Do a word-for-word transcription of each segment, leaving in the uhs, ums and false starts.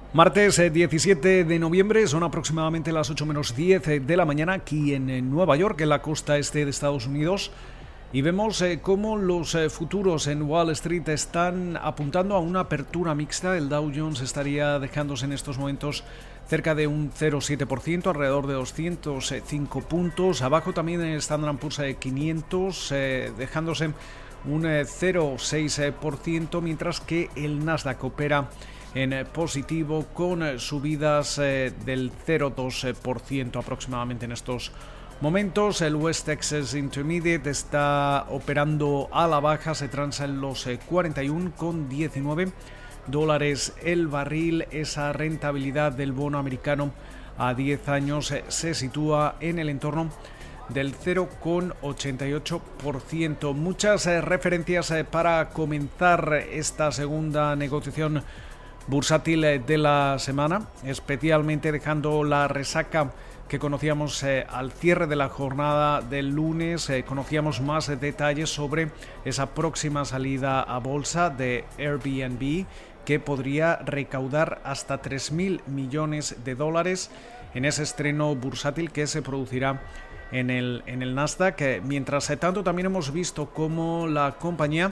Martes eh, diecisiete de noviembre, son aproximadamente las ocho menos diez de la mañana aquí en, en Nueva York, en la costa este de Estados Unidos. Y vemos eh, cómo los eh, futuros en Wall Street están apuntando a una apertura mixta. El Dow Jones estaría dejándose en estos momentos cerca de un cero coma siete por ciento, alrededor de doscientos cinco puntos. Abajo también el Standard and Poor's quinientos, eh, dejándose un eh, cero coma seis por ciento, mientras que el Nasdaq opera en positivo con subidas eh, del cero coma dos por ciento aproximadamente en estos momentos. El West Texas Intermediate está operando a la baja, se transa en los eh, cuarenta y uno coma diecinueve dólares el barril. Esa rentabilidad del bono americano a diez años eh, se sitúa en el entorno del cero coma ochenta y ocho por ciento. Muchas eh, referencias eh, para comenzar esta segunda negociación bursátil de la semana, especialmente dejando la resaca que conocíamos eh, al cierre de la jornada del lunes. Eh, conocíamos más eh, detalles sobre esa próxima salida a bolsa de Airbnb, que podría recaudar hasta tres mil millones de dólares en ese estreno bursátil que se producirá en el, en el Nasdaq. Eh, mientras eh, tanto, también hemos visto cómo la compañía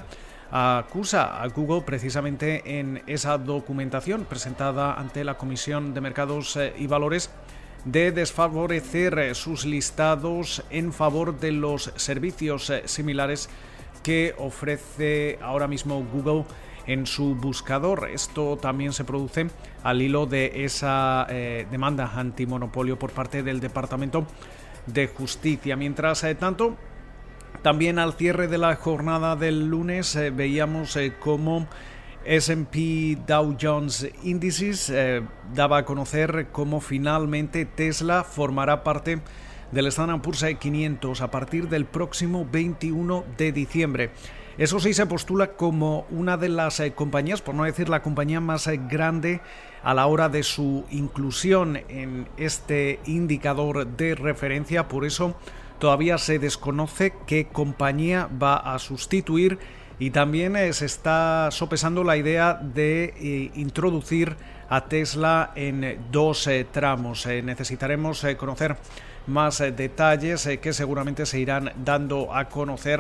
acusa a Google precisamente en esa documentación presentada ante la Comisión de Mercados y Valores de desfavorecer sus listados en favor de los servicios similares que ofrece ahora mismo Google en su buscador. Esto también se produce al hilo de esa eh, demanda antimonopolio por parte del Departamento de Justicia. Mientras eh, tanto, también al cierre de la jornada del lunes eh, veíamos eh, cómo S and P Dow Jones Indices eh, daba a conocer cómo finalmente Tesla formará parte del Standard and Poor's quinientos a partir del próximo veintiuno de diciembre. Eso sí, se postula como una de las eh, compañías, por no decir la compañía más eh, grande a la hora de su inclusión en este indicador de referencia. Por eso todavía se desconoce qué compañía va a sustituir, y también eh, se está sopesando la idea de eh, introducir a Tesla en eh, dos eh, tramos. Eh, necesitaremos eh, conocer más eh, detalles eh, que seguramente se irán dando a conocer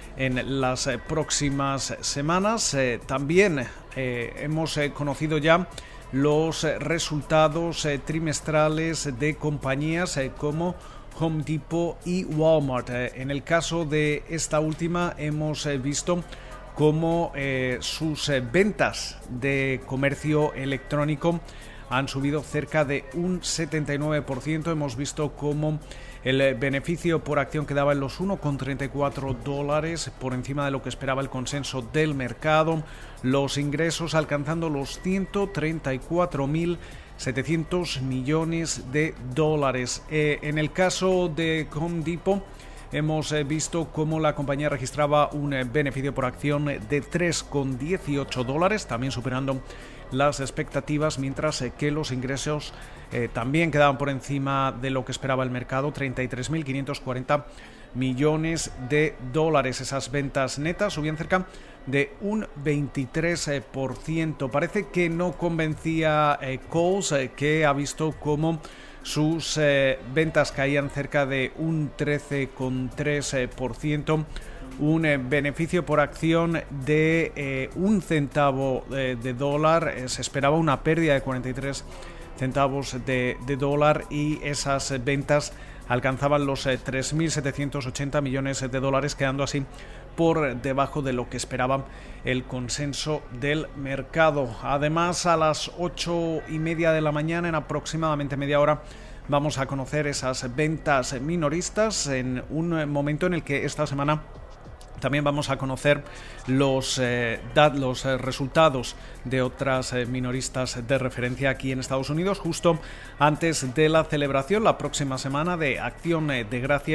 en las eh, próximas semanas. Eh, también eh, hemos eh, conocido ya los eh, resultados eh, trimestrales de compañías eh, como Home Depot y Walmart. Eh, en el caso de esta última hemos eh, visto cómo eh, sus eh, ventas de comercio electrónico han subido cerca de un setenta y nueve por ciento. Hemos visto cómo el eh, beneficio por acción quedaba en los uno coma treinta y cuatro dólares, por encima de lo que esperaba el consenso del mercado. Los ingresos alcanzando los ciento treinta y cuatro mil setecientos millones de dólares. Eh, en el caso de Home Depot, hemos eh, visto cómo la compañía registraba un eh, beneficio por acción de tres coma dieciocho dólares, también superando las expectativas, mientras eh, que los ingresos eh, también quedaban por encima de lo que esperaba el mercado, treinta y tres mil quinientos cuarenta millones de dólares. Esas ventas netas subían cerca de un veintitrés por ciento. Parece que no convencía eh, Kohl's, eh, que ha visto cómo sus eh, ventas caían cerca de un trece coma tres por ciento. Un eh, beneficio por acción de eh, un centavo eh, de dólar. Eh, se esperaba una pérdida de cuarenta y tres centavos de, de dólar, y esas eh, ventas alcanzaban los eh, tres mil setecientos ochenta millones de dólares, quedando así por debajo de lo que esperaba el consenso del mercado. Además, a las ocho y media de la mañana, en aproximadamente media hora, vamos a conocer esas ventas minoristas, en un momento en el que esta semana también vamos a conocer los, eh, dat, los eh, resultados de otras eh, minoristas de referencia aquí en Estados Unidos, justo antes de la celebración la próxima semana de Acción eh, de Gracias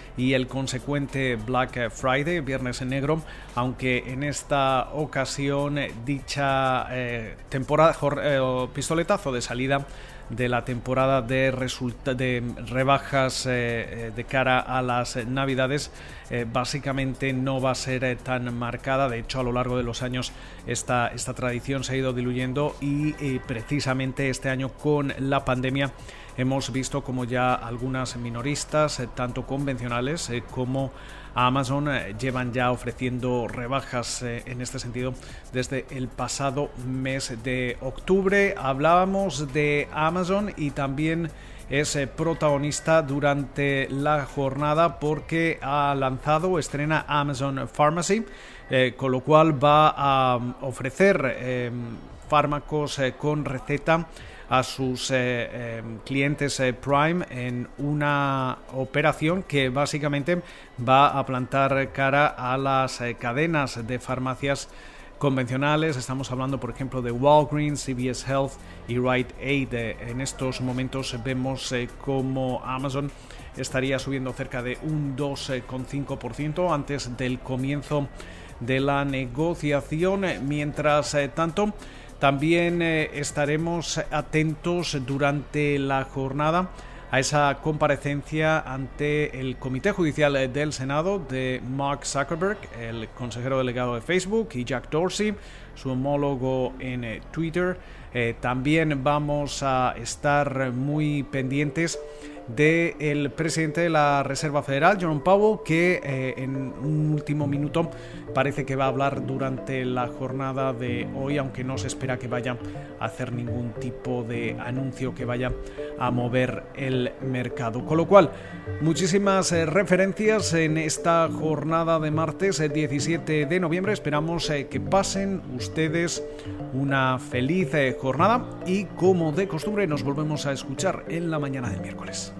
y el consecuente Black Friday, Viernes Negro, aunque en esta ocasión dicha eh, temporada, eh, pistoletazo de salida de la temporada de, resulta de rebajas eh, de cara a las navidades eh, básicamente no va a ser eh, tan marcada. De hecho, a lo largo de los años esta, esta tradición se ha ido diluyendo y eh, precisamente este año con la pandemia hemos visto como ya algunas minoristas, eh, tanto convencionales eh, como Amazon, eh, llevan ya ofreciendo rebajas eh, en este sentido desde el pasado mes de octubre. Hablábamos de Amazon y también es eh, protagonista durante la jornada porque ha lanzado, estrena Amazon Pharmacy, eh, con lo cual va a um, ofrecer eh, fármacos eh, con receta a sus eh, eh, clientes eh, Prime en una operación que básicamente va a plantar cara a las eh, cadenas de farmacias convencionales. Estamos hablando, por ejemplo, de Walgreens, C V S Health y Rite Aid. Eh, en estos momentos vemos eh, como Amazon estaría subiendo cerca de un dos coma cinco por ciento antes del comienzo de la negociación. Mientras eh, tanto, también eh, estaremos atentos durante la jornada a esa comparecencia ante el Comité Judicial del Senado de Mark Zuckerberg, el consejero delegado de Facebook, y Jack Dorsey, su homólogo en eh, Twitter. Eh, también vamos a estar muy pendientes del presidente de la Reserva Federal, Jerome Powell, que eh, en un último minuto parece que va a hablar durante la jornada de hoy, aunque no se espera que vaya a hacer ningún tipo de anuncio que vaya a mover el mercado. Con lo cual, muchísimas eh, referencias en esta jornada de martes eh, diecisiete de noviembre. Esperamos eh, que pasen ustedes una feliz eh, jornada y, como de costumbre, nos volvemos a escuchar en la mañana del miércoles.